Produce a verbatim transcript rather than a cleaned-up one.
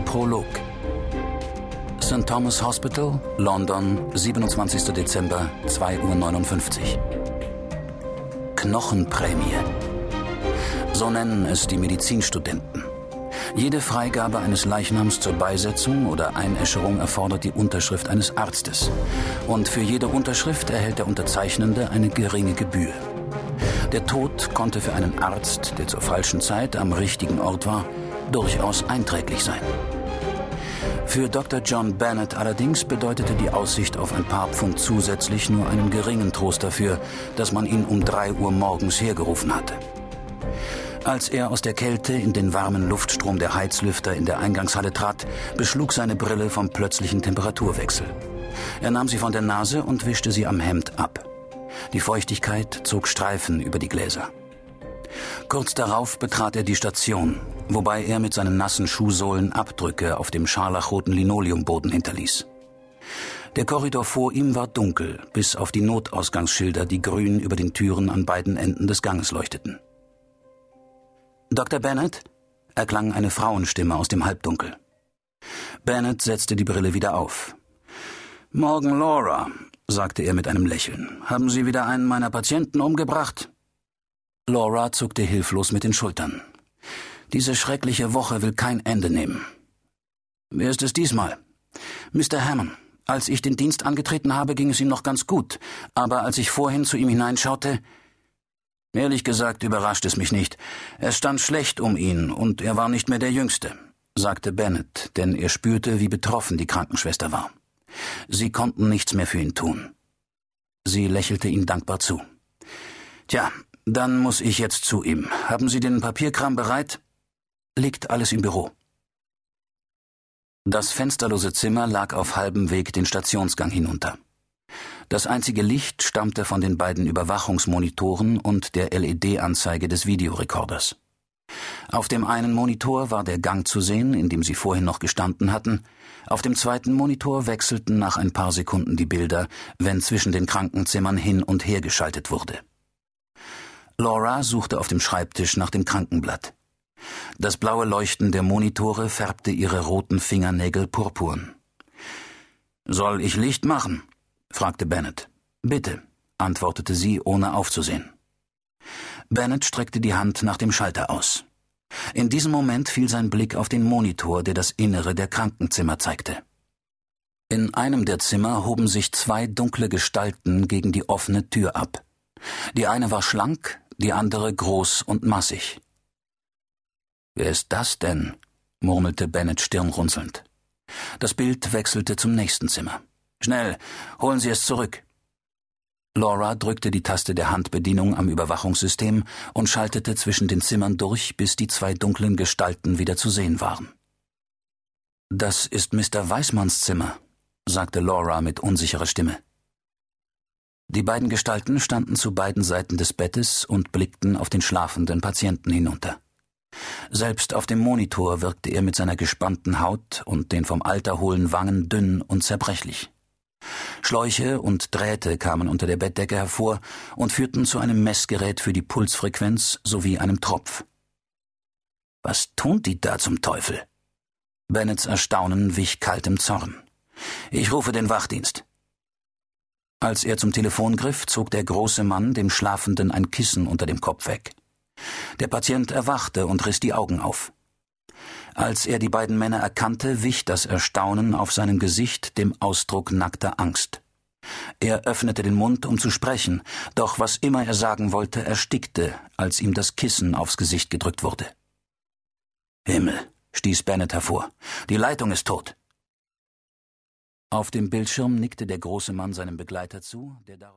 Prolog. Saint Thomas Hospital, London, siebenundzwanzigster Dezember, zwei Uhr neunundfünfzig. Knochenprämie. So nennen es die Medizinstudenten. Jede Freigabe eines Leichnams zur Beisetzung oder Einäscherung erfordert die Unterschrift eines Arztes. Und für jede Unterschrift erhält der Unterzeichnende eine geringe Gebühr. Der Tod konnte für einen Arzt, der zur falschen Zeit am richtigen Ort war, durchaus einträglich sein. Für Doktor John Bennett allerdings bedeutete die Aussicht auf ein paar Pfund zusätzlich nur einen geringen Trost dafür, dass man ihn um drei Uhr morgens hergerufen hatte. Als er aus der Kälte in den warmen Luftstrom der Heizlüfter in der Eingangshalle trat, beschlug seine Brille vom plötzlichen Temperaturwechsel. Er nahm sie von der Nase und wischte sie am Hemd ab. Die Feuchtigkeit zog Streifen über die Gläser. Kurz darauf betrat er die Station, wobei er mit seinen nassen Schuhsohlen Abdrücke auf dem scharlachroten Linoleumboden hinterließ. Der Korridor vor ihm war dunkel, bis auf die Notausgangsschilder, die grün über den Türen an beiden Enden des Ganges leuchteten. »Doktor Bennett?« erklang eine Frauenstimme aus dem Halbdunkel. Bennett setzte die Brille wieder auf. »Morgen, Laura«, sagte er mit einem Lächeln. »Haben Sie wieder einen meiner Patienten umgebracht?« Laura zuckte hilflos mit den Schultern. »Diese schreckliche Woche will kein Ende nehmen.« »Wer ist es diesmal?« »Mister Hammond. Als ich den Dienst angetreten habe, ging es ihm noch ganz gut, aber als ich vorhin zu ihm hineinschaute...« »Ehrlich gesagt überrascht es mich nicht. Es stand schlecht um ihn, und er war nicht mehr der Jüngste«, sagte Bennett, denn er spürte, wie betroffen die Krankenschwester war. Sie konnten nichts mehr für ihn tun. Sie lächelte ihm dankbar zu. »Tja, dann muss ich jetzt zu ihm. Haben Sie den Papierkram bereit?« »Liegt alles im Büro.« Das fensterlose Zimmer lag auf halbem Weg den Stationsgang hinunter. Das einzige Licht stammte von den beiden Überwachungsmonitoren und der L E D-Anzeige des Videorekorders. Auf dem einen Monitor war der Gang zu sehen, in dem sie vorhin noch gestanden hatten. Auf dem zweiten Monitor wechselten nach ein paar Sekunden die Bilder, wenn zwischen den Krankenzimmern hin und her geschaltet wurde. Laura suchte auf dem Schreibtisch nach dem Krankenblatt. Das blaue Leuchten der Monitore färbte ihre roten Fingernägel purpurn. »Soll ich Licht machen?« fragte Bennett. »Bitte«, antwortete sie, ohne aufzusehen. Bennett streckte die Hand nach dem Schalter aus. In diesem Moment fiel sein Blick auf den Monitor, der das Innere der Krankenzimmer zeigte. In einem der Zimmer hoben sich zwei dunkle Gestalten gegen die offene Tür ab. Die eine war schlank, die andere groß und massig. »Wer ist das denn?« murmelte Bennett stirnrunzelnd. Das Bild wechselte zum nächsten Zimmer. »Schnell, holen Sie es zurück!« Laura drückte die Taste der Handbedienung am Überwachungssystem und schaltete zwischen den Zimmern durch, bis die zwei dunklen Gestalten wieder zu sehen waren. »Das ist Mister Weismanns Zimmer«, sagte Laura mit unsicherer Stimme. Die beiden Gestalten standen zu beiden Seiten des Bettes und blickten auf den schlafenden Patienten hinunter. Selbst auf dem Monitor wirkte er mit seiner gespannten Haut und den vom Alter hohlen Wangen dünn und zerbrechlich. Schläuche und Drähte kamen unter der Bettdecke hervor und führten zu einem Messgerät für die Pulsfrequenz sowie einem Tropf. »Was tun die da zum Teufel?« Bennetts Erstaunen wich kaltem Zorn. »Ich rufe den Wachdienst.« Als er zum Telefon griff, zog der große Mann dem Schlafenden ein Kissen unter dem Kopf weg. Der Patient erwachte und riss die Augen auf. Als er die beiden Männer erkannte, wich das Erstaunen auf seinem Gesicht dem Ausdruck nackter Angst. Er öffnete den Mund, um zu sprechen, doch was immer er sagen wollte, erstickte, als ihm das Kissen aufs Gesicht gedrückt wurde. »Himmel«, stieß Bennett hervor, »die Leitung ist tot.« Auf dem Bildschirm nickte der große Mann seinem Begleiter zu, der darauf